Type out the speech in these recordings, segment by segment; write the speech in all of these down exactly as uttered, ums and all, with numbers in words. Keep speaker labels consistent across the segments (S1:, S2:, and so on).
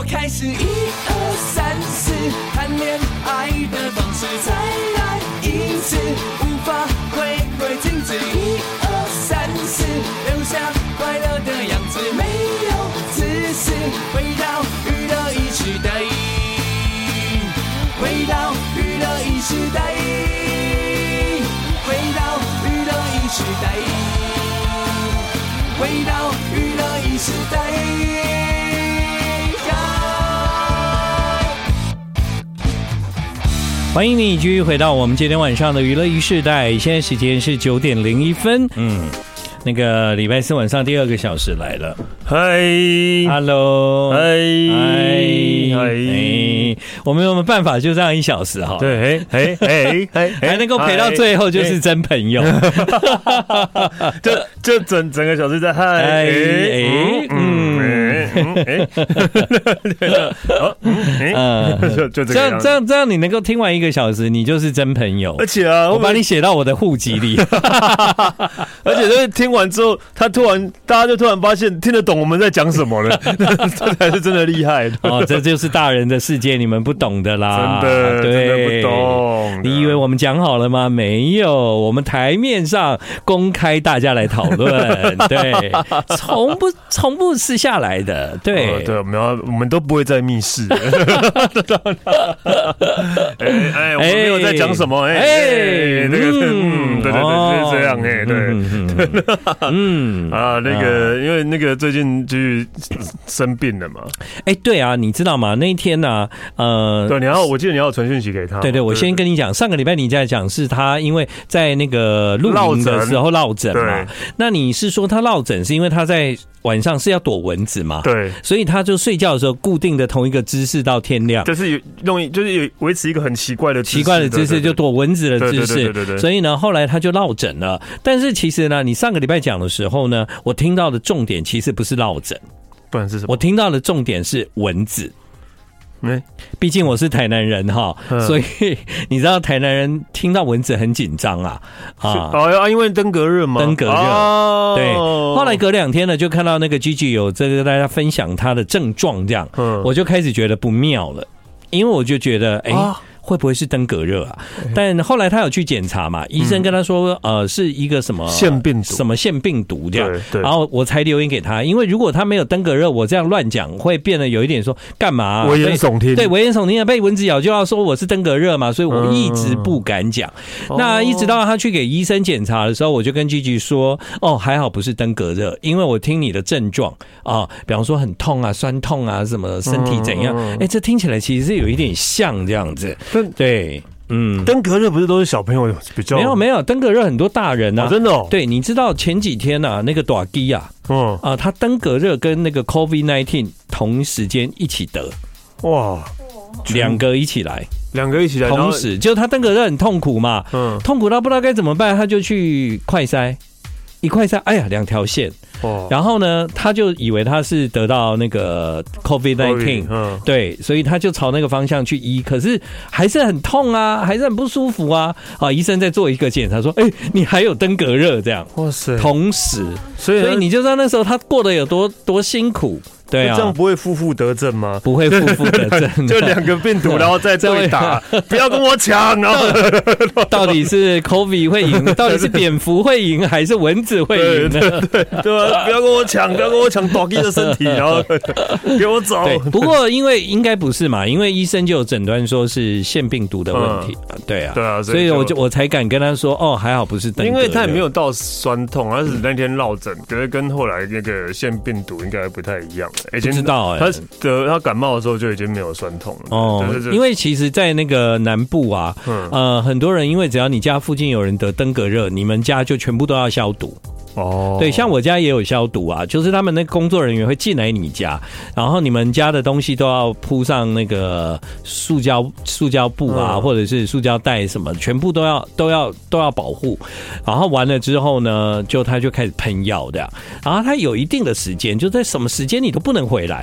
S1: 开始，一二三四，谈恋爱的方式，再来一次，无法回归停止，一二三四，留下快乐的样子，没有自私，回到娱乐一时代，回到娱乐一时代，回到娱乐一时代，回到娱乐一时代。
S2: 欢迎你继续回到我们今天晚上的娱乐一世代，现在时间是九点零一分。嗯，那个礼拜四晚上第二个小时来了。
S3: 嗨
S2: ，Hello，
S3: 嗨，
S2: 嗨，
S3: 嗨，
S2: 我们有没有办法就这样一小时哈？
S3: 对，哎哎哎，
S2: 还能够陪到最后就是真朋友。
S3: 就就整整个小时在嗨，哎哎嗯哎，嗯，就就这样
S2: 这样这样，你能够听完一个小时，你就是真朋友。
S3: 而且啊，
S2: 我把你写到我的户籍里。
S3: 而且就是听完之后，他突然大家就突然发现听得懂我们在讲什么了，这才是真的厉害
S2: 哦！这就是大人的世界，你们不懂的啦，
S3: 真的，
S2: 对，
S3: 真的不懂。
S2: 你以为我们讲好了吗？没有，我们台面上公开大家来讨论，对，从不从不私下来的，对、
S3: 哦、对，我们要我们都不会在密室。哎哎，我们有在讲什么？哎哎，那个嗯，对对对，就是这样哎，对，嗯啊，那个因为那个最近就是生病了嘛，
S2: 哎，对啊，你知道吗？那一天呢、啊，呃，
S3: 对，你要我记得你要传讯息给他，
S2: 对对，我先跟你讲，上个礼拜你在讲是他因为在那个录音的时候落枕嘛，那你是说他落枕是因为他在晚上是要躲蚊子嘛？
S3: 对，
S2: 所以他就睡觉的时候固定的同一个姿势到天亮，
S3: 就是有用，就是有维持一个很奇怪的
S2: 奇怪的姿势，就躲蚊子的姿势。对对对。所以呢，后来他就落枕了。但是其实呢，你上个礼拜讲的时候呢，我听到的重点其实不是落枕，
S3: 不然是什么？
S2: 我听到的重点是蚊子。
S3: 嗯，
S2: 毕竟我是台南人哈，所以你知道台南人听到蚊子很紧张啊
S3: 啊啊！因为登革热嘛，
S2: 登革热、哦、对。后来隔两天呢，就看到那个 Gigi 有这个大家分享他的症状，这样，嗯，我就开始觉得不妙了，因为我就觉得哎。欸啊会不会是登革热啊？但后来他有去检查嘛，医生跟他说，呃，是一个什么
S3: 腺病毒，
S2: 什么腺病毒这样。然后我才留言给他，因为如果他没有登革热，我这样乱讲会变得有一点说干嘛、啊？
S3: 危言耸听，
S2: 对，危言耸听，被蚊子咬就要说我是登革热嘛，所以我一直不敢讲。嗯、那一直到他去给医生检查的时候，我就跟 Gigi 说，哦，还好不是登革热，因为我听你的症状啊，比方说很痛啊、酸痛啊，什么身体怎样，哎、嗯欸，这听起来其实是有一点像这样子。对，嗯，
S3: 登革热不是都是小朋友比较？
S2: 没有没有，登革热很多大人啊，
S3: 哦、真的、哦。
S2: 对，你知道前几天啊，那个大基啊，嗯啊，他登革热跟那个 COVID 十九 同时间一起得，哇，两个一起来，
S3: 两个一起来，
S2: 同时就他登革热很痛苦嘛，嗯，痛苦到不知道该怎么办，他就去快筛，一快筛，哎呀，两条线。哦、然后呢，他就以为他是得到那个 COVID 十九， 嗯，对，所以他就朝那个方向去医，可是还是很痛啊，还是很不舒服啊。啊，医生在做一个检查，说，哎、欸，你还有登革热这样，哇塞，同时，所以所以你就知道那时候他过得有多多辛苦。对啊，
S3: 这样不会负负得正吗？
S2: 不会负负得正，
S3: 就两个病毒，然后再对打，不要跟我抢。然后
S2: 到底是 COVID 会赢，到底是蝙蝠会赢，还是蚊子会赢呢？
S3: 对对对吧？不要跟我抢，不要跟我抢大 G 的身体，然后给我走。
S2: 不过因为应该不是嘛，因为医生就有诊断说是腺病毒的问题。嗯、对啊，
S3: 对啊，
S2: 所以我就我才敢跟他说，哦，还好不是登革热，
S3: 因为他也没有到酸痛，他是那天落枕，可是跟后来那个腺病毒应该不太一样。
S2: 不知道哎、欸，
S3: 他得他感冒的时候就已经没有酸痛了哦，
S2: 因为其实，在那个南部啊，嗯、呃，很多人因为只要你家附近有人得登革热，你们家就全部都要消毒。哦，对，像我家也有消毒啊，就是他们那工作人员会进来你家，然后你们家的东西都要铺上那个塑胶塑胶布啊，嗯、或者是塑胶袋什么，全部都要都要都要保护。然后完了之后呢，就他就开始喷药的，然后他有一定的时间，就在什么时间你都不能回来。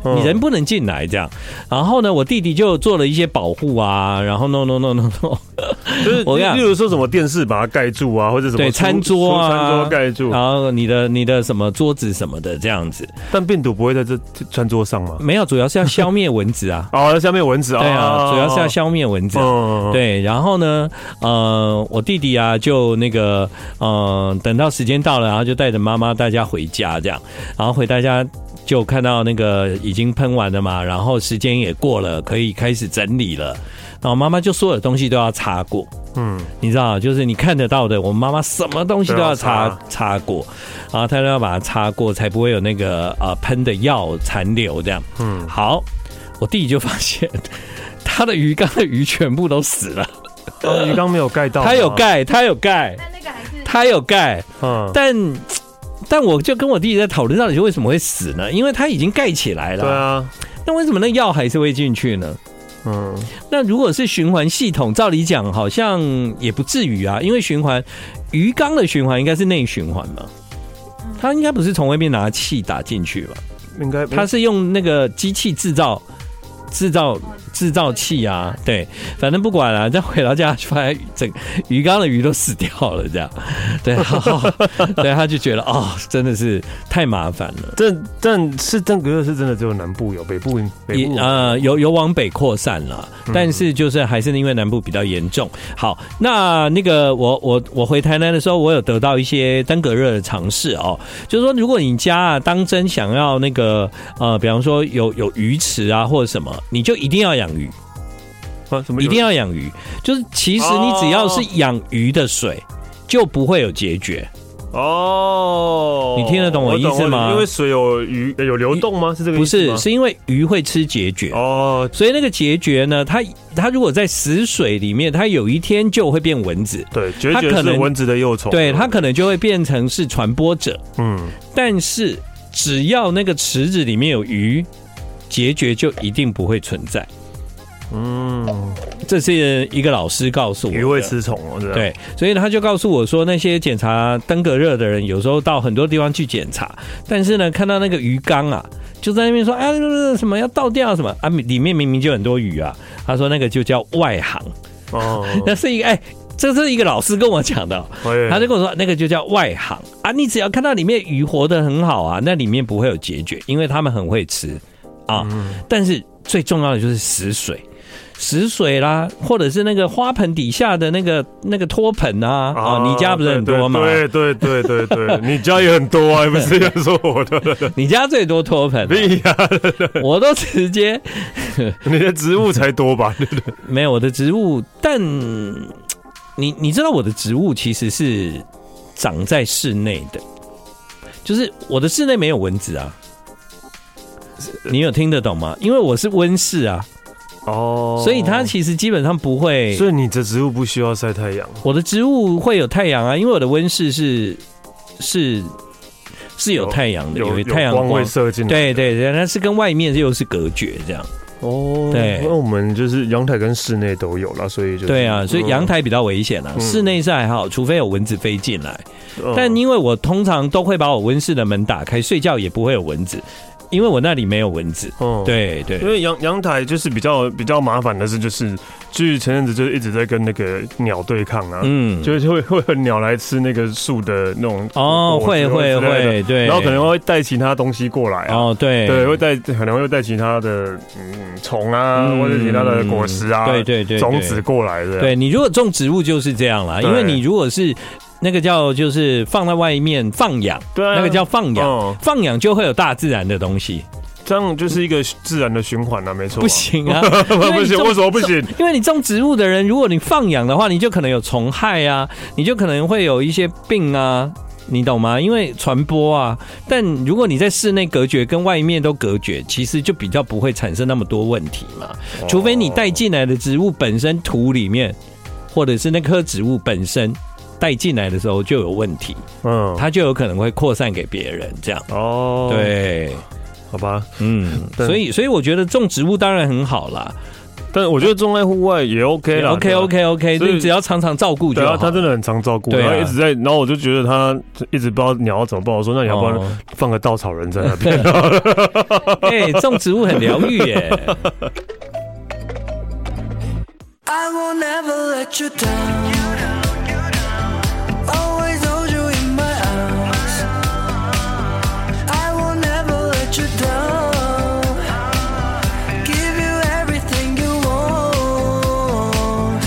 S2: 你人不能进来这样。然后呢，我弟弟就做了一些保护啊，然后 no no no no no，
S3: 就是我例如说什么电视把它盖住啊，或者什么
S2: 对餐桌啊，
S3: 餐桌盖住，
S2: 然后你的你的什么桌子什么的这样子。
S3: 但病毒不会在这餐桌上吗？
S2: 没有，主要是要消灭蚊子啊。
S3: 哦，要消灭蚊子啊。
S2: 对啊，主要是要消灭蚊子、啊哦。对，然后呢，呃，我弟弟啊，就那个，呃，等到时间到了，然后就带着妈妈大家回家这样，然后回大家就看到那个已经喷完了嘛，然后时间也过了，可以开始整理了。然后妈妈就所有的东西都要擦过，嗯，你知道，就是你看得到的，我妈妈什么东西都要擦擦过，然后她都要把它擦过，才不会有那个呃喷的药残留这样。嗯，好，我弟弟就发现他的鱼缸的鱼全部都死了，
S3: 哦、鱼缸没有盖到，
S2: 他有盖，他有盖，但那个还是他有盖，嗯，但。但我就跟我弟弟在讨论，到底为什么会死呢？因为他已经盖起来了。
S3: 对啊，
S2: 那为什么那药还是会进去呢？嗯，那如果是循环系统，照理讲好像也不至于啊，因为循环鱼缸的循环应该是内循环嘛，它应该不是从外面拿气打进去吧？
S3: 应该
S2: 它是用那个机器制造制造制造器啊，对，反正不管了、啊，再回到家发现整鱼缸的鱼都死掉了，这样，对，对，他就觉得哦，真的是太麻烦了。
S3: 但但是登革热是真的只有南部有，北部北部
S2: 呃有有往北扩散了，但是就是还是因为南部比较严重。好，那那个我我我回台南的时候，我有得到一些登革热的尝试哦，就是说如果你家啊当真想要那个呃，比方说有有鱼池啊或者什么，你就一定要养鱼。
S3: 啊、什么
S2: 一定要养鱼，就是其实你只要是养鱼的水，哦、就不会有孑孓。哦，你听得懂我意思吗？
S3: 因为水有鱼有流动吗？是这个意思吗？
S2: 不是，是因为鱼会吃孑孓哦，所以那个孑孓呢，它它如果在死水里面，它有一天就会变蚊子。
S3: 对，孑孓是蚊子的幼虫，
S2: 对，它可能就会变成是传播者。嗯，但是只要那个池子里面有鱼，孑孓就一定不会存在。嗯，这是一个老师告诉我的，
S3: 鱼会吃虫哦，
S2: 对，所以他就告诉我说，那些检查登革热的人，有时候到很多地方去检查，但是呢，看到那个鱼缸啊，就在那边说，哎，什么要倒掉什么啊，里面明明就很多鱼啊。他说那个就叫外航，哦，那是一个哎。这是一个老师跟我讲的、哦，他就跟我说那个就叫外航啊，你只要看到里面鱼活得很好啊，那里面不会有孑孓，因为他们很会吃啊。嗯、但是最重要的就是死水。死水啦，或者是那个花盆底下的那个那个托盆啊，啊、哦，你家不是很多吗？
S3: 对对对对对对，你家也很多啊，不是要说我的？
S2: 你家最多托盆、啊，我都直接，
S3: 你的植物才多吧？对不对？
S2: 没有我的植物，但你你知道我的植物其实是长在室内的，就是我的室内没有蚊子啊，你有听得懂吗？因为我是温室啊。哦，所以它其实基本上不会，
S3: 所以你的植物不需要晒太阳。
S2: 我的植物会有太阳啊，因为我的温室是是是有太阳的，有太阳光
S3: 会射进来。
S2: 对对对，它是跟外面又是隔绝这样。
S3: 哦，对，因为我们就是阳台跟室内都有啦，所以就
S2: 对啊，所以阳台比较危险啦，嗯、室内是还好，除非有蚊子飞进来。嗯、但因为我通常都会把我温室的门打开，睡觉也不会有蚊子。因为我那里没有蚊子，哦，对对，
S3: 因为阳阳台就是比较比较麻烦的是，就是就是前阵子就一直在跟那个鸟对抗啊，嗯，就是会会有鸟来吃那个树的那种
S2: 哦，会会会，对，
S3: 然后可能会带其他东西过来啊，
S2: 哦，对
S3: 对，会带可能会带其他的嗯虫啊，嗯、或者其他的果实啊，
S2: 对对对，
S3: 种子过来的。
S2: 对你如果种植物就是这样啦，因为你如果是。那个叫就是放在外面放养，对、啊，那个叫放养，哦、放养就会有大自然的东西，
S3: 这样就是一个自然的循环啊，没错、啊。
S2: 不行啊，
S3: 不行，为什么不行？
S2: 因为你种植物的人，如果你放养的话，你就可能有虫害啊，你就可能会有一些病啊，你懂吗？因为传播啊。但如果你在室内隔绝，跟外面都隔绝，其实就比较不会产生那么多问题嘛。哦、除非你带进来的植物本身土里面，或者是那棵植物本身。带进来的时候就有问题，嗯，它就有可能会扩散给别人，这样哦，对，
S3: 好吧，
S2: 嗯，所以所以我觉得种植物当然很好啦，
S3: 但我觉得钟爱户外也 OK 啦
S2: ，OK OK OK， 你只要常常照顾就好。
S3: 对啊，他真的很常照顾，然后一直在，然后我就觉得他一直不知道鸟要怎么办，我说那你要不然放个稻草人在那边？
S2: 哎，种植物很疗愈耶。
S1: I will never let you down. Always hold you in my arms. I will never let you down. Give you everything you want.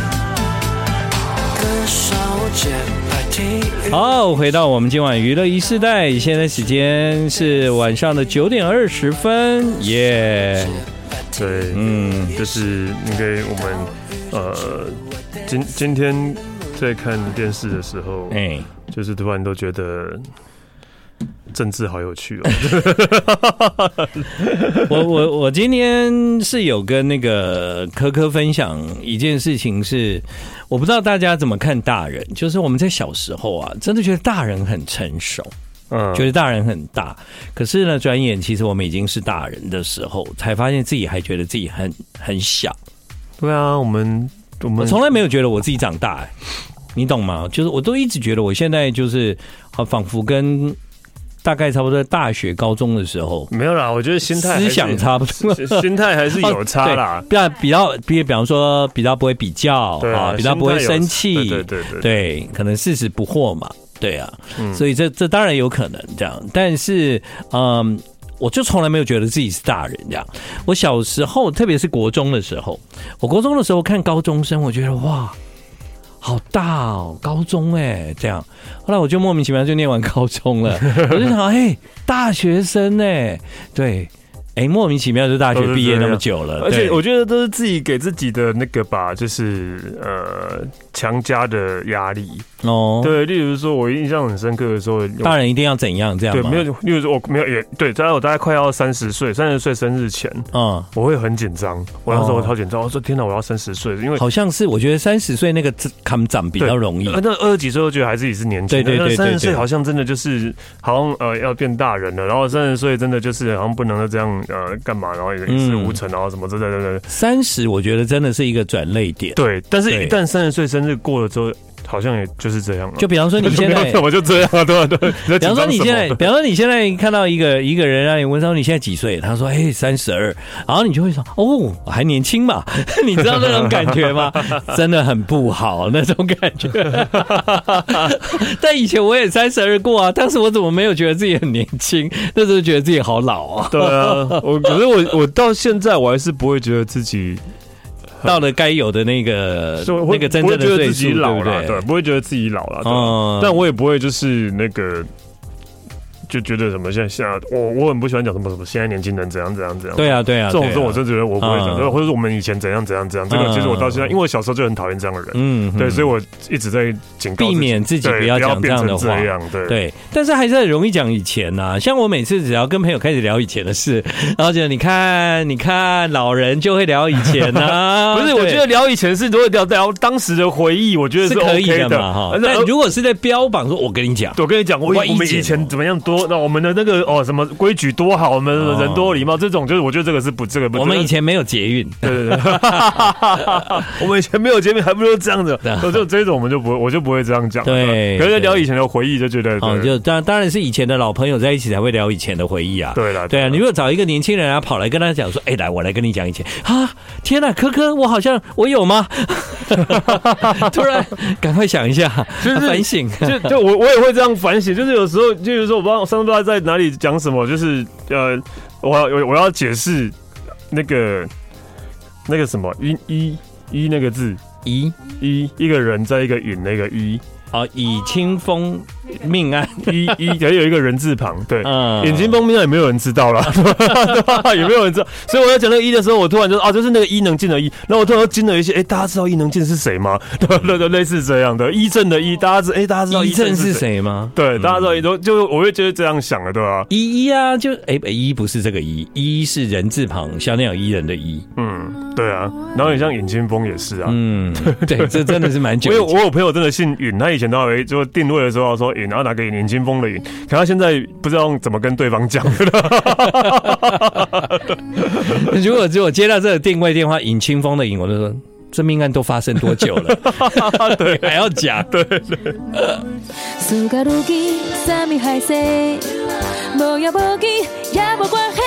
S1: 跟上我节拍体育。
S2: 好，回到我们今晚娱乐一世代，现在时间是晚上的九点二十分，耶、yeah。
S3: 对，嗯，就是应该我们呃，今今天在看电视的时候，哎、欸，就是突然都觉得政治好有趣哦。
S2: 我我我今天是有跟那个科科分享一件事情是，我不知道大家怎么看大人，就是我们在小时候啊，真的觉得大人很成熟。嗯，觉得大人很大，可是呢，转眼其实我们已经是大人的时候，才发现自己还觉得自己很很小。
S3: 对啊，我们我们
S2: 从来没有觉得我自己长大、欸，你懂吗？就是我都一直觉得我现在就是仿佛跟大概差不多在大学、高中的时候
S3: 没有啦。我觉得心态
S2: 思想差不多，
S3: 心态还是有差啦。
S2: 比较比较比，比方说比较不会比较啊，比较不会生气，
S3: 对对 对, 对,
S2: 对，可能四十不惑嘛。对啊，嗯、所以这这当然有可能这样，但是嗯，我就从来没有觉得自己是大人这样。我小时候，特别是国中的时候，我国中的时候看高中生，我觉得哇，好大哦，高中哎，这样。后来我就莫名其妙就念完高中了，我就想，哎，大学生哎，对。哎、欸，莫名其妙就大学毕业那么久了，
S3: 而且我觉得都是自己给自己的那个吧，就是呃强加的压力哦。对，例如说，我印象很深刻的时候，
S2: 大人一定要怎样这样吗？
S3: 对，没有，例如说我没有也对，在我大概快要三十岁，三十岁生日前，嗯，我会很紧张。我那时候超紧张，我说天哪，我要三十岁，因为
S2: 好像是我觉得三十岁那个看长比较容易，
S3: 那二十几岁我觉得还自己是年轻，对对对对，三十岁好像真的就是好像呃要变大人了，然后三十岁真的就是好像不能够这样。呃，干嘛？然后也一事无成，然后什么之类的。
S2: 三十，我觉得真的是一个转捩点。
S3: 对，但是一旦三十岁生日过了之后，好像也就是这样了。
S2: 就比方说你现在，
S3: 我就这样啊，对对。
S2: 比方说你现在，比方说你现在看到一个一个人让你问说你现在几岁？他说哎三十二，然后你就会说哦还年轻嘛，你知道那种感觉吗？真的很不好那种感觉。但以前我也三十二过啊，当时我怎么没有觉得自己很年轻？那时候觉得自己好老啊。
S3: 对啊，我可是我我到现在我还是不会觉得自己。
S2: 到了该有的那个那个真正的岁数，
S3: 老了，对，不会觉得自己老了，嗯，但我也不会就是那个就觉得什么现在现在我我很不喜欢讲什么什么现在年轻人怎样怎样怎样，
S2: 对啊对啊，
S3: 这种这种我真的觉得我不会讲，或者是我们以前怎样怎样怎样，这个其实我到现在，因为我小时候就很讨厌这样的人，嗯，对，所以我一直在警告
S2: 避免自己不要讲这样的话，
S3: 对
S2: 对，但是还是很容易讲以前呐，像我每次只要跟朋友开始聊以前的事，然后就你看你看老人就会聊以前呐，
S3: 不是，我觉得聊以前是如果聊聊当时的回忆，我觉得是
S2: 可以的嘛哈，但如果是在标榜说，我跟你讲，
S3: 我跟你讲，我我们以前怎么样多，那我们的那个。哦，什么规矩多好，我们人多礼貌，这种就是我觉得这个是不这个不。
S2: 我们以前没有捷运，
S3: 对对对，我们以前没有捷运，还不如这样子。就这种我们就不会，我就不会这样讲。
S2: 对，
S3: 可是聊以前的回忆就觉得，
S2: 哦，就当当然是以前的老朋友在一起才会聊以前的回忆啊。
S3: 对了，
S2: 对啊，你如果找一个年轻人啊，跑来跟他讲说，哎，来，我来跟你讲以前啊，天哪，科科，我好像我有吗？突然赶快想一下，就是反省，
S3: 就就我我也会这样反省，就是有时候，就是说我不知道我上次不知道在哪里讲什么，就是呃，我我我要解释那个那个什么一一一那个字
S2: 一
S3: 一一个人在一个允那个一。
S2: 啊，以清风命案
S3: 一一也有一个人字旁，对，嗯，尹清风命案也没有人知道啦，也没有人知道，所以我在讲那个一的时候，我突然就啊，就是那个伊能静的伊，然后我突然惊了一些，哎、欸，大家知道伊能静是谁吗？对对对，类似这样的伊正的伊，大家知哎、欸，大家知道
S2: 伊正是谁吗？
S3: 对，大家知道伊都就我会觉得这样想了，对吧？
S2: 一一啊，就哎、欸，一不是这个一，一是人字旁，像那样伊人的伊，嗯。
S3: 对啊，然后你像尹清风也是啊，
S2: 嗯，对，这真的是蛮久。
S3: 我有我有朋友真的姓尹，他以前都还会就定位的时候说尹，然后拿给尹清风的尹，可他现在不知道怎么跟对方讲。
S2: 如果如果接到这个定位电话，尹清风的尹，我就说。这命案都发生多久了？对，还要讲。对对。事到如今，啥物害死？无也无见，也无关系。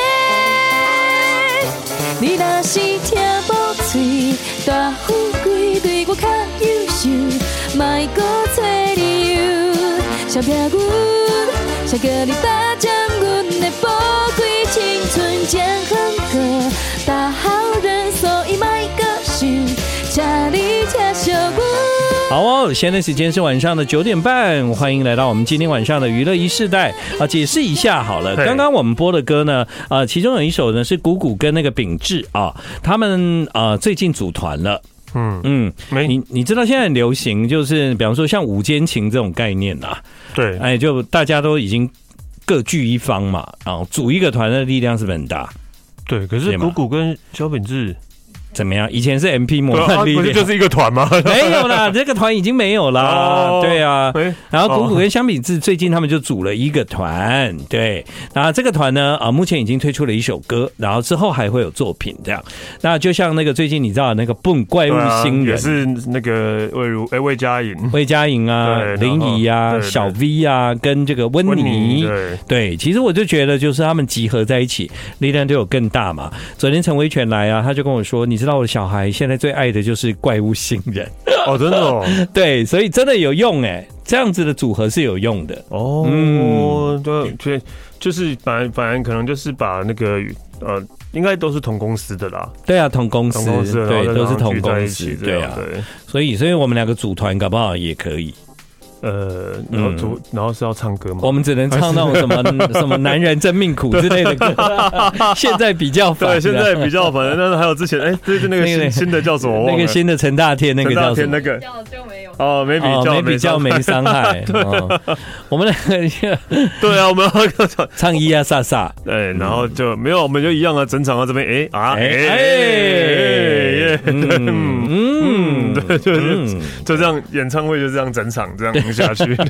S2: 你若是听无嘴，大富贵对我较优秀，莫搁找理由。想拼阮，想叫你打将阮的宝贵青春将很过，大好人，所以莫搁想。好哦，现在时间是晚上的九点半，欢迎来到我们今天晚上的娱乐一世代啊！解释一下好了，刚刚我们播的歌呢，啊，其中有一首呢是谷谷跟那个秉志啊，他们啊最近组团了。嗯嗯，你你知道现在很流行，就是比方说像五间情这种概念啊，
S3: 对，
S2: 哎，就大家都已经各据一方嘛，啊，组一个团的力量是不是很大？
S3: 对，可是谷谷跟萧秉治。
S2: 怎么样？以前是 M P 模范力量，
S3: 不是就是一个团吗？
S2: 没有啦，这个团已经没有啦。哦、对啊，然后谷谷跟萧秉治最近他们就组了一个团，对。然后这个团呢，啊，目前已经推出了一首歌，然后之后还会有作品这样。那就像那个最近你知道那个蹦怪物新人，
S3: 也是那个魏如哎魏佳莹、
S2: 魏佳莹啊、林怡啊、小 V 啊，跟这个温妮，对对。其实我就觉得就是他们集合在一起，力量就有更大嘛。昨天陈维权来啊，他就跟我说，你知道。知道我的小孩现在最爱的就是怪物新人
S3: 哦，真的哦，
S2: 对，所以真的有用哎，这样子的组合是有用的
S3: 哦。嗯，对，就是反正反正可能就是把那个呃，应该都是同公司的啦。
S2: 对啊，同公司，
S3: 同公司
S2: 对，都是同公司，对啊，对，所以所以我们两个组团搞不好也可以。
S3: 呃，然后主、嗯、然后是要唱歌吗？
S2: 我们只能唱那种什么什么男人真命苦之类的歌。现在比较烦，
S3: 对，现在比较烦。但是还有之前，哎、欸，对，是那个新新的叫什么？
S2: 那个新的陈大天，那个叫什么？
S3: 那个
S4: 就没有
S3: 哦，没比较，
S2: 没比较，没伤害。哦、我们两个，
S3: 对啊，我们要唱
S2: 唱咿呀撒撒，
S3: 对，然后就没有，我们就一样啊，整场到这边，哎啊，哎哎，嗯嗯，对，就是就这样，演唱会就这样整场这样。下去，对，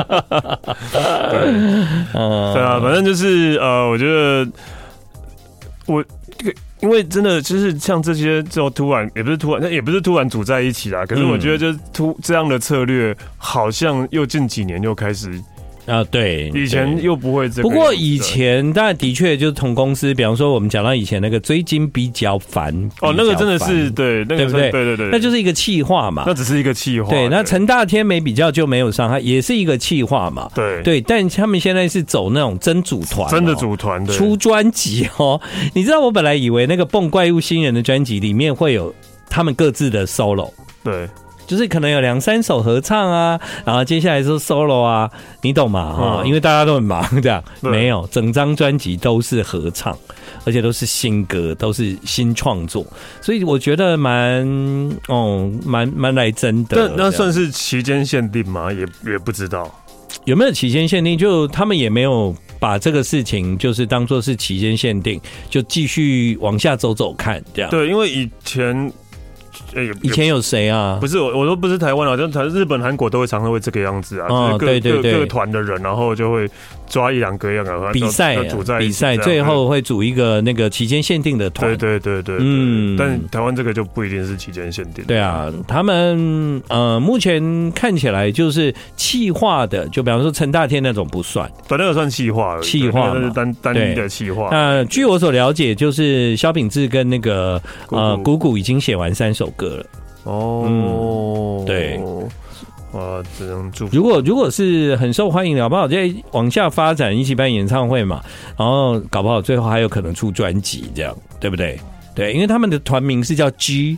S3: 对啊，反正就是呃，我觉得我因为真的就是像这些，就突然也不是突然，那也不是突然组在一起啦。可是我觉得，就是突这样的策略，好像又近几年又开始。
S2: 啊，对，
S3: 以前又不会这个。
S2: 不过以前当然的确就是同公司，比方说我们讲到以前那个追金比较烦
S3: 哦，那个真的是对，那个
S2: 对不对？
S3: 对对对，
S2: 那就是一个企划嘛，
S3: 那只是一个企划。
S2: 对，那陈大天没比较就没有伤害，也是一个企划嘛。
S3: 对
S2: 对，但他们现在是走那种真组团，
S3: 真的组团的
S2: 出专辑哦。你知道我本来以为那个蹦怪物新人的专辑里面会有他们各自的 solo，
S3: 对。
S2: 就是可能有两三首合唱啊，然后接下来是 solo 啊，你懂吗？哈、嗯，因为大家都很忙，这样没有整张专辑都是合唱，而且都是新歌，都是新创作，所以我觉得蛮哦，蛮蛮来真的。
S3: 那那算是期间限定吗？也也不知道
S2: 有没有期间限定，就他们也没有把这个事情就是当作是期间限定，就继续往下走走看这样。
S3: 对，因为以前。
S2: 欸、以前有谁啊？
S3: 不是我，我说不是台湾啊，就台日本、韩国都会常常会这个样子啊，
S2: 哦、
S3: 就是各
S2: 对对对
S3: 各团的人，然后就会抓一两个样啊，
S2: 比赛比赛，最后会组一个那个期间限定的团。
S3: 对对对 对, 对，嗯，但台湾这个就不一定是期间限定。
S2: 对啊，他们呃目前看起来就是企划的，就比方说陈大天那种不算，
S3: 对，那个算企划，
S2: 企划
S3: 那是单单一的企划。
S2: 那据我所了解，就是萧秉治跟那个呃谷谷已经写完三首歌了。
S3: 哦、嗯，对，啊，只能祝福。
S2: 如果如果是很受欢迎的，好不好？再往下发展，一起办演唱会嘛，然后搞不好最后还有可能出专辑，这样对不对？对，因为他们的团名是叫 G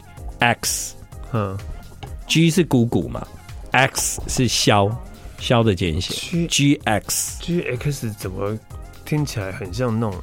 S2: X， 嗯 ，G 是谷谷嘛 ，X 是萧萧的简写 ，G X
S3: G X 怎么听起来很像那种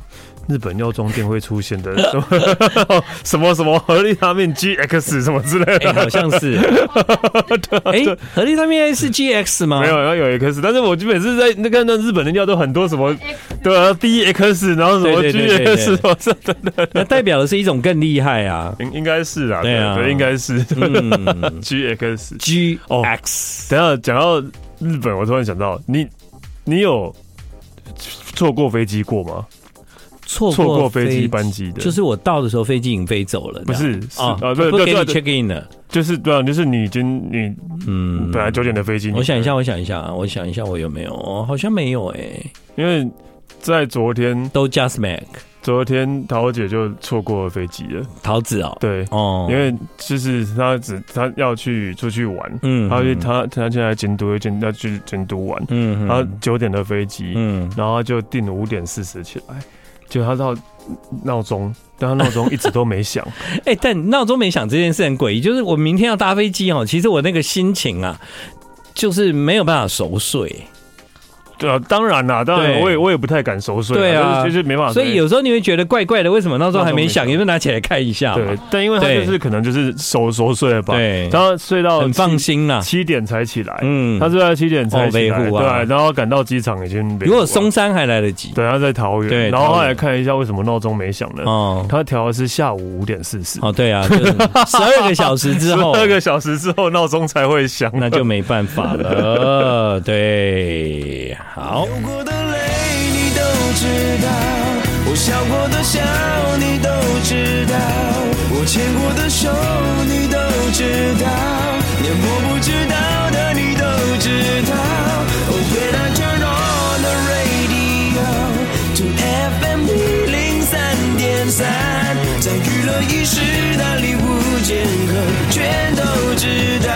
S3: 日本药妆店会出现的什么什么合利他命 G X 什么之类的，
S2: 欸、好像是。哎、欸，合利他命是 G X 吗？
S3: 没有，要有 X， 但是我每次在那个那日本的药都很多什么，对啊 ，D X， 然后什么 G X， 什么的，
S2: 那代表的是一种更厉害啊，
S3: 应应该是啊，对啊，对，应该是、嗯、G X
S2: G X。
S3: 等一下讲到日本，我突然想到，你你有坐过飞机过吗？
S2: 错过飞机班机的，就是我到的时候飞机已经飞走了，
S3: 不是
S2: 啊，对，不给你 check in 了，
S3: 就是对啊，就是你已经你嗯，本来九点的飞机，
S2: 我想一下，我想一下，我想一下，我有没有？好像没有哎、欸，
S3: 因为在昨天
S2: 都 just make，
S3: 昨天桃姐就错过了飞机了，
S2: 桃子哦，
S3: 对哦，因为就是她只她要去出去玩，嗯，她去她她现在京都要京要去京都玩，嗯，她九点的飞机，嗯，然后就定了五点四十起来。就他到闹钟，但他闹钟一直都没响。
S2: 哎、欸，但闹钟没响这件事很诡异，就是我明天要搭飞机哦，其实我那个心情啊，就是没有办法熟睡。
S3: 对啊，当然啦，当然我也我也不太敢熟睡，
S2: 对啊，
S3: 就是没办法。
S2: 所以有时候你会觉得怪怪的，为什么闹钟还没响？你就拿起来看一下。
S3: 对，但因为他就是可能就是熟熟睡了吧，对，然后睡到
S2: 很放心啦，
S3: 七点才起来，嗯，他睡到七点才起来，对，然后赶到机场已经。
S2: 如果松山还来得及，
S3: 对，他在桃园，对，然后后来看一下为什么闹钟没响呢？哦，他调的是下午五点四十。
S2: 哦，对啊，十二个小时之后，
S3: 十二个小时之后闹钟才会响，
S2: 那就没办法了。对，好。
S1: 知道我笑过的笑你都知道，我牵过的手你都知道，连我不知道的你都知道。Oh when I turn on the radio to F M 一零三点三，在娱乐一时哪里无间隔，全都知道。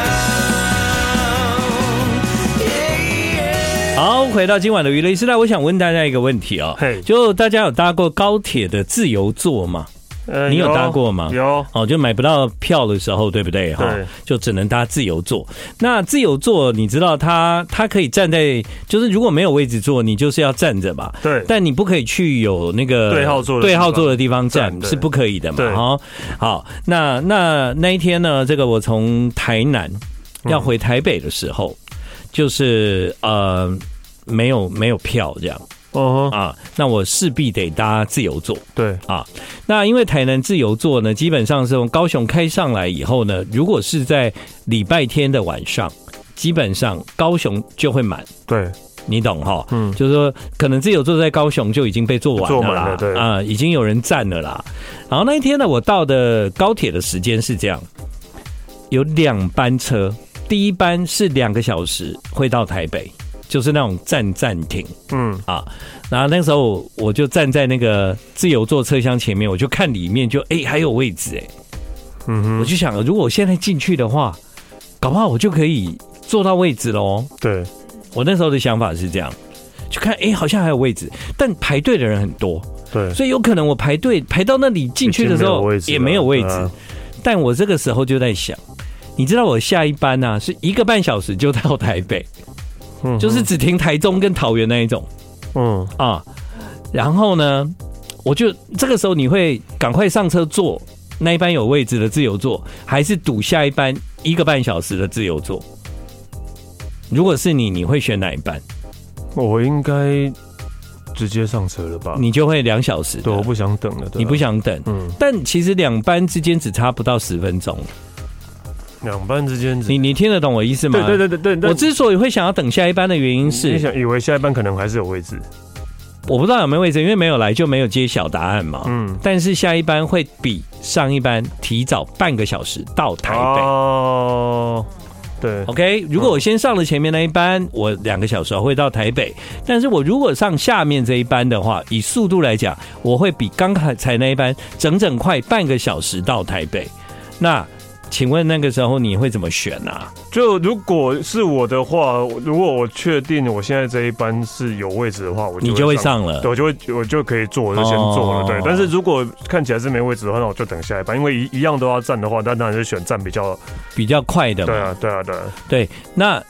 S2: 好，回到今晚的娱乐时代，我想问大家一个问题哦，就大家有搭过高铁的自由座吗？呃、你有搭过吗？
S3: 有
S2: 哦，就买不到票的时候，对不对？哈，就只能搭自由座。那自由座，你知道它它可以站在，就是如果没有位置坐，你就是要站着吧？
S3: 对。
S2: 但你不可以去有那个
S3: 对号座
S2: 对号座的地方站，是不可以的嘛？
S3: 对。
S2: 好，好，那那那一天呢？这个我从台南要回台北的时候。嗯就是呃没有没有票这样，哦、uh huh. 啊，那我势必得搭自由座，
S3: 对
S2: 啊，那因为台南自由座呢，基本上是从高雄开上来以后呢，如果是在礼拜天的晚上，基本上高雄就会满，
S3: 对。
S2: 你懂哈，嗯，就是说，可能自由座在高雄就已经被坐完了啦，
S3: 坐满了，对
S2: 啊，已经有人站了啦。然后那一天呢，我到的高铁的时间是这样，有两班车。第一班是两个小时会到台北，就是那种站站停，嗯啊，然后那时候我就站在那个自由座车厢前面，我就看里面就哎、欸、还有位置哎、欸，嗯哼，我就想如果我现在进去的话，搞不好我就可以坐到位置喽。
S3: 对，
S2: 我那时候的想法是这样，就看哎、欸、好像还有位置，但排队的人很多，
S3: 对，
S2: 所以有可能我排队排到那里进去的时候也没有位置，啊、但我这个时候就在想。你知道我下一班啊是一个半小时就到台北，嗯、就是只停台中跟桃园那一种，嗯啊，然后呢，我就这个时候你会赶快上车坐那一班有位置的自由座，还是赌下一班一个半小时的自由座？如果是你，你会选哪一班？
S3: 我应该直接上车了吧？
S2: 你就会两小时，
S3: 对，我不想等了，
S2: 你不想等，嗯，但其实两班之间只差不到十分钟。
S3: 两班之间，
S2: 你你听得懂我意思吗？
S3: 对对对对对。
S2: 我之所以会想要等下一班的原因是，
S3: 你想以为下一班可能还是有位置，
S2: 我不知道有没有位置，因为没有来就没有揭晓答案嘛。嗯。但是下一班会比上一班提早半个小时到台北。
S3: 哦。对。
S2: OK， 如果我先上了前面那一班，我两个小时会到台北。但是我如果上下面这一班的话，以速度来讲，我会比刚才那一班整整快半个小时到台北。那请问那个时候你会怎么选啊？
S3: 就如果是我的话，如果我确定我现在这一班是有位置的话，我就
S2: 你就会上了，
S3: 对，我就会我就可以坐，我就先坐了。哦、对，但是如果看起来是没位置的话，那我就等下一班，因为一一样都要站的话，那当然是选站比较
S2: 比较快的嘛。
S3: 对啊，对啊，对啊。
S2: 对，那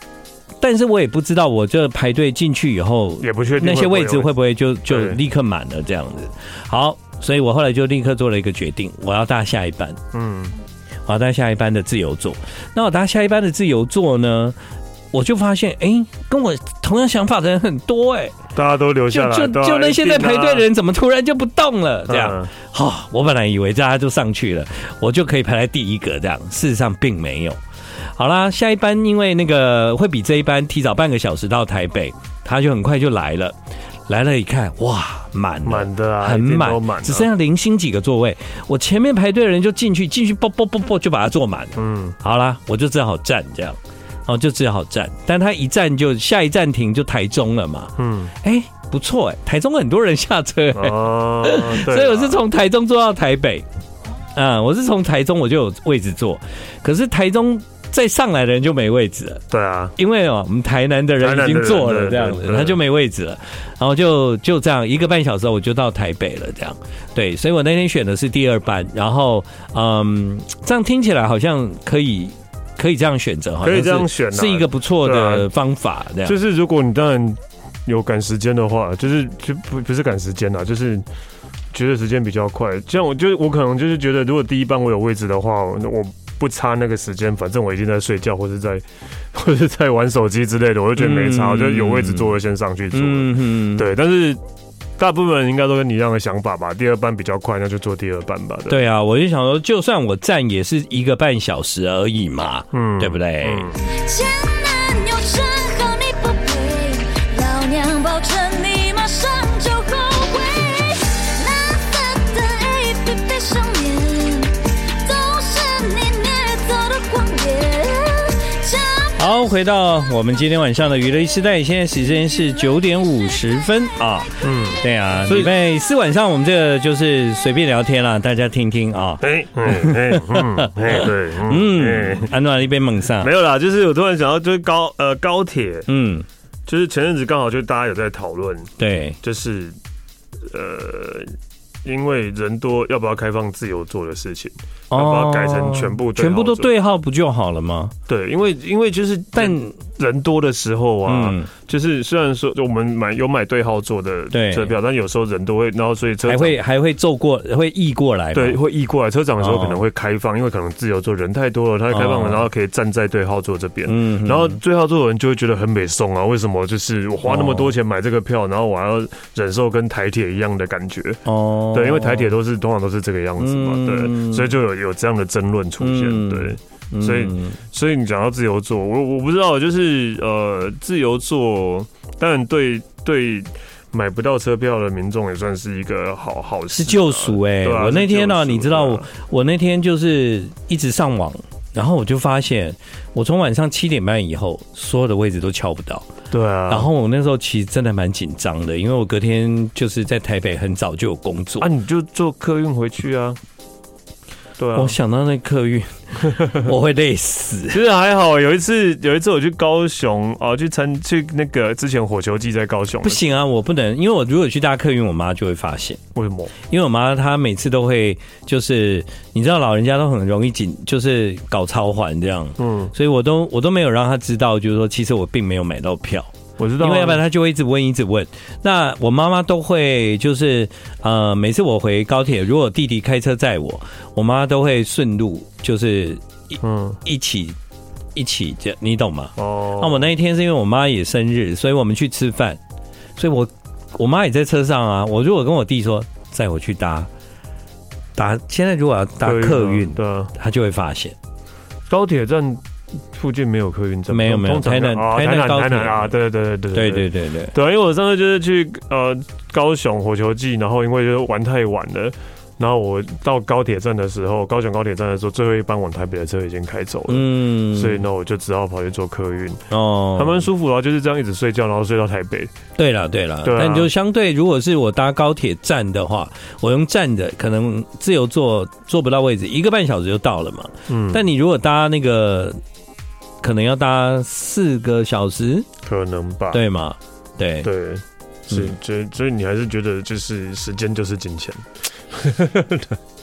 S2: 但是我也不知道，我这排队进去以后，
S3: 也不确定
S2: 那些位置会不会就就立刻满了这样子。好，所以我后来就立刻做了一个决定，我要搭下一班。嗯，我要搭下一班的自由座。那我搭下一班的自由座呢，我就发现，哎、欸，跟我同样想法的人很多、欸，哎，
S3: 大家都留下来，
S2: 就就就那些在排队的人，怎么突然就不动了？这样，好、嗯哦，我本来以为大家就上去了，我就可以排在第一个，这样，事实上并没有。好啦，下一班因为那个会比这一班提早半个小时到台北，他就很快就来了。来了一看，哇，满
S3: 满的啊，
S2: 很满，
S3: 啊、
S2: 只剩下零星几个座位。我前面排队的人就进去，进去啵啵啵啵就把它坐满。嗯，好啦，我就只好站这样，哦，就只好站。但他一站就下一站停就台中了嘛。嗯，哎、欸，不错哎、欸，台中很多人下车、欸，哦，所以我是从台中坐到台北。嗯，我是从台中我就有位置坐，可是台中再上来的人就没位置了。
S3: 对啊，
S2: 因为哦，我们台南的人已经坐了这样子，他就没位置了。然后就就这样一个半小时我就到台北了，这样。对，所以我那天选的是第二班，然后嗯，这样听起来好像可以可以这样选择，
S3: 可以这样选、啊，
S2: 是一个不错的方法。这样
S3: 就是如果你当然有赶时间的话，就是就不不是赶时间啦，就是觉得时间比较快。这样我就我可能就是觉得，如果第一班我有位置的话，我不差那个时间，反正我已经在睡觉或者在或者在玩手机之类的，我就觉得没差，我就有位置坐就先上去坐了。嗯、对，但是大部分人应该都跟你一样的想法吧？第二班比较快，那就坐第二班吧。
S2: 对, 对啊，我就想说，就算我站也是一个半小时而已嘛，嗯，对不对？嗯好，回到我们今天晚上的娱乐一时代，现在时间是九点五十分啊。嗯，对啊，礼拜四晚上我们这个就是随便聊天啦，大家听听啊。哎，嗯，哎，嗯，哎，对，嗯，安暖一杯猛上。
S3: 没有啦，就是我突然想到，就是高呃高铁，嗯，就是前阵子刚好就大家有在讨论，
S2: 对，
S3: 就是呃。因为人多，要不要开放自由座的事情？要不要改成全部对号
S2: 全部都对号不就好了吗？
S3: 对，因为因为就是但人多的时候啊，嗯、就是虽然说我们买有买对号座的车票，但有时候人都会，然后所以车
S2: 还会还会走过，会溢过来，
S3: 对，会溢过来。车长的时候可能会开放，哦、因为可能自由座人太多了，他会开放了，哦、然后可以站在对号座这边。嗯，然后对号座的人就会觉得很美送啊，为什么就是我花那么多钱买这个票，然后我还要忍受跟台铁一样的感觉？哦。对，因为台铁都是通常都是这个样子嘛，嗯、对，所以就有有这样的争论出现，嗯、对，所以所以你讲到自由座，我我不知道，就是呃，自由座当然对对买不到车票的民众也算是一个好好事，
S2: 是救赎哎。我那天呢，你知道我我那天就是一直上网。然后我就发现，我从晚上七点半以后，所有的位置都敲不到。
S3: 对啊。
S2: 然后我那时候其实真的蛮紧张的，因为我隔天就是在台北很早就有工作
S3: 啊，你就坐客运回去啊。对啊。
S2: 我想到那客运，我会累死。
S3: 其实还好，有一次有一次我去高雄哦，去参去那个之前火球季在高雄。
S2: 不行啊，我不能，因为我如果去搭客运，我妈就会发现。
S3: 为什么？
S2: 因为我妈她每次都会就是你知道老人家都很容易紧，就是搞超环这样，嗯，所以我都我都没有让她知道，就是说其实我并没有买到票。
S3: 我知道、啊，
S2: 因为要不然他就会一直问，一直问。那我妈妈都会就是呃，每次我回高铁，如果弟弟开车载我，我妈都会顺路，就是一、嗯、一起一起这样，你懂吗？哦。那我那一天是因为我妈也生日，所以我们去吃饭，所以我我妈也在车上啊。我如果跟我弟说载我去搭搭，现在如果要搭客运，对啊，他就会发现
S3: 高铁站。附近没有客运站，
S2: 没有没有，台南
S3: 台南台南啊，对对对对
S2: 对对对对
S3: 对，因为我上次就是去呃高雄火球季，然后因为就玩太晚了，然后我到高铁站的时候，高雄高铁站的时候，最后一班往台北的车已经开走了，嗯，所以呢我就只好跑去坐客运，哦，还蛮舒服的，就是这样一直睡觉，然后睡到台北。
S2: 对了对了，但就相对，如果是我搭高铁站的话，我用站的，可能自由坐坐不到位置，一个半小时就到了嘛，嗯，但你如果搭那个。可能要搭四个小时，
S3: 可能吧？
S2: 对嘛？对
S3: 对，所以所以所以你还是觉得就是时间就是金钱。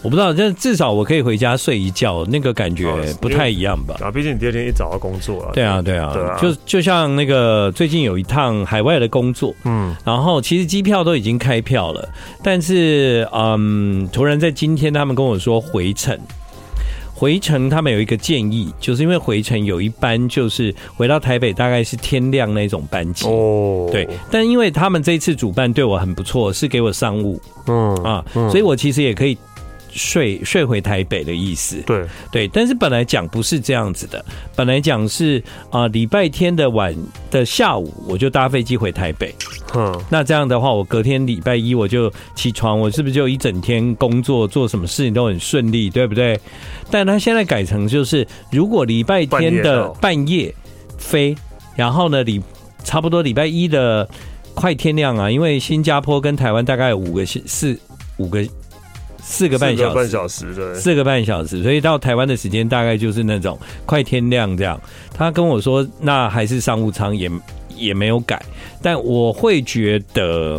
S2: 我不知道，但至少我可以回家睡一觉，那个感觉不太一样吧？
S3: 啊，毕竟你第二天一早要工作啊。
S2: 对啊，对啊，对啊，就就像那个最近有一趟海外的工作，嗯，然后其实机票都已经开票了，但是嗯，突然在今天他们跟我说回程。回程他们有一个建议，就是因为回程有一班就是回到台北大概是天亮那种班机哦，对，但因为他们这一次主办对我很不错，是给我商务，嗯啊，嗯所以我其实也可以睡睡回台北的意思，
S3: 对
S2: 对，但是本来讲不是这样子的，本来讲是啊礼拜天的晚的下午我就搭飞机回台北，嗯，那这样的话我隔天礼拜一我就起床，我是不是就一整天工作做什么事情都很顺利，对不对？但他现在改成就是如果礼拜天的半夜飞，然后呢礼差不多礼拜一的快天亮啊，因为新加坡跟台湾大概有五个四五个。四个半小时，四个半小时，对，四个半小时，所以到台湾的时间大概就是那种快天亮这样。他跟我说，那还是商务舱也也没有改，但我会觉得，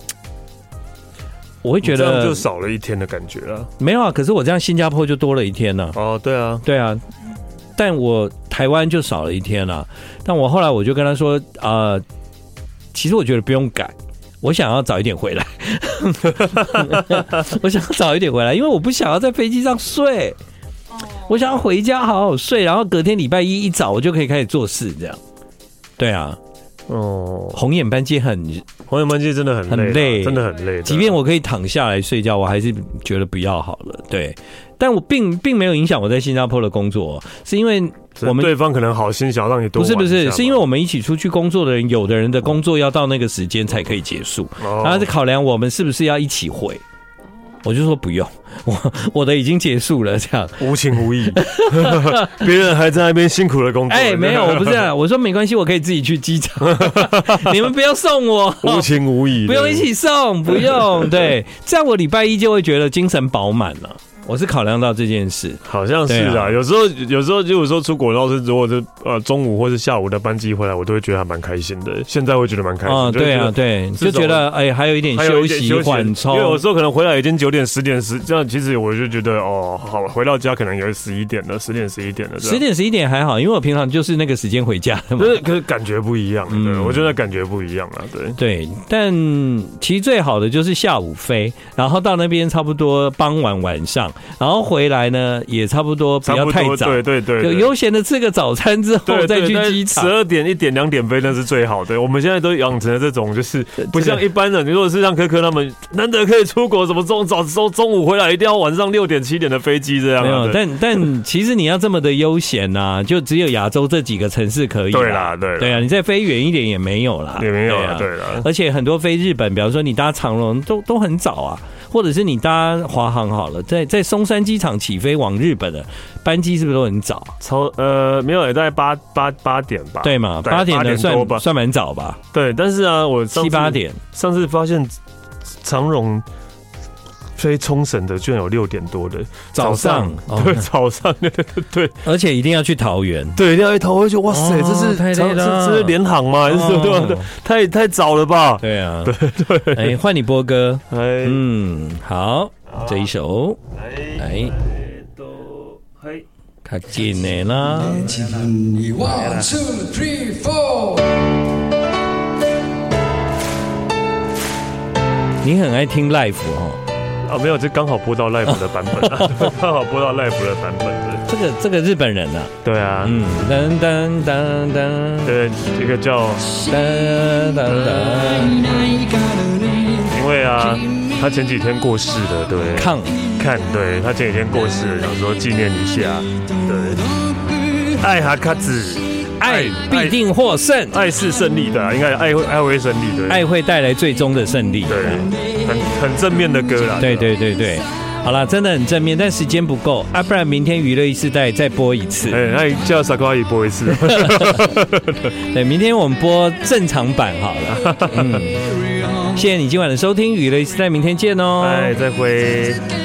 S2: 我会觉得
S3: 这样就少了一天的感觉了。
S2: 没有啊，可是我这样新加坡就多了一天了。
S3: 哦，对啊，
S2: 对啊，但我台湾就少了一天了。但我后来我就跟他说，呃，其实我觉得不用改。我想要早一点回来，我想要早一点回来，因为我不想要在飞机上睡，我想要回家好好睡，然后隔天礼拜一一早我就可以开始做事，这样。对啊，哦，红眼班机很，
S3: 红眼班机真的很累，很累，真的很累。
S2: 即便我可以躺下来睡觉，我还是觉得不要好了。对，但我并并没有影响我在新加坡的工作，是因为。
S3: 我们对方可能好心想让你多玩一下，
S2: 不是不是，是因为我们一起出去工作的人，有的人的工作要到那个时间才可以结束，哦、然后是考量我们是不是要一起回，我就说不用，我我的已经结束了，这样
S3: 无情无义，别人还在那边辛苦的工作。
S2: 哎、欸，没有，我不是这样，我说没关系，我可以自己去机场，你们不要送我，
S3: 无情无义，
S2: 不用一起送，不用，对，这样我礼拜一就会觉得精神饱满了。我是考量到这件事，
S3: 好像是啊。啊有时候，有时候，如果说出国，然后是如果是呃中午或是下午的班机回来，我都会觉得还蛮开心的。现在会觉得蛮开心的。哦，
S2: 对啊，对，就觉得哎、欸，还有一点休息缓冲。
S3: 因为有时候可能回来已经九点、十点、十这样，其实我就觉得哦，好，回到家可能有十一点了，十点、十一点了。
S2: 十点、十一点还好，因为我平常就是那个时间回家的嘛。
S3: 可是，可是感觉不一样，对，嗯、我觉得感觉不一样啊，对
S2: 对。但其实最好的就是下午飞，然后到那边差不多傍晚晚上，然后回来。来呢也差不多不要太早，
S3: 对对 对,
S2: 对，就悠闲的吃个早餐之后再去机场。
S3: 十二点、一点、两点飞那是最好的。我们现在都养成了这种，就是不像一般人。你如果是像科科他们，难得可以出国，什么中早中中午回来，一定要晚上六点、七点的飞机这样。
S2: 没有，但但其实你要这么的悠闲呐，就只有亚洲这几个城市可以。
S3: 对啦，对
S2: 对啊，你再飞远一点也没有啦，
S3: 也没有啦，对啦。
S2: 而且很多飞日本，比方说你搭长荣都都很早啊。或者是你搭华航好了，在在松山机场起飞往日本的班机是不是都很早？
S3: 超呃没有，也大概八八八点吧。
S2: 对嘛，八点的算算蛮早吧？
S3: 对，但是啊，我
S2: 七八点
S3: 上次发现长荣飞冲绳的居然有六点多的
S2: 早上，
S3: 对早上对，
S2: 而且一定要去桃园，
S3: 对，一定要去桃园，就哇塞，这是
S2: 太累了，
S3: 这是联航吗？还是什么？对，太太早了吧？
S2: 对啊，
S3: 对对。
S2: 哎，换你播歌，嗯，好，这一首，来，
S3: 嘿，
S2: 较近的啦。
S1: One two three four。
S2: 你很爱听 live 哦。
S3: 啊，没有，这刚好播到 live 的版本啊，刚好播到 live 的版本。
S2: 这个这个日本人啊，
S3: 对啊，
S2: 嗯，噔噔噔噔，
S3: 对，这个叫噔噔噔，因为啊，他前几天过世了，对，
S2: 看
S3: 看，对他前几天过世了，想说纪念一下，对，爱哈卡子。
S2: 爱必定获胜，
S3: 爱是胜利的，应该爱会爱会胜利的，
S2: 爱会带来最终的胜利。
S3: 对，很很正面的歌啦。
S2: 对对对对，好啦，真的很正面，但时间不够啊，不然明天娱乐一世代再播一次。
S3: 哎，那叫傻瓜也播一次。
S2: 对，明天我们播正常版好了。嗯，谢谢你今晚的收听，娱乐一世代，明天见哦。
S3: 哎，再会。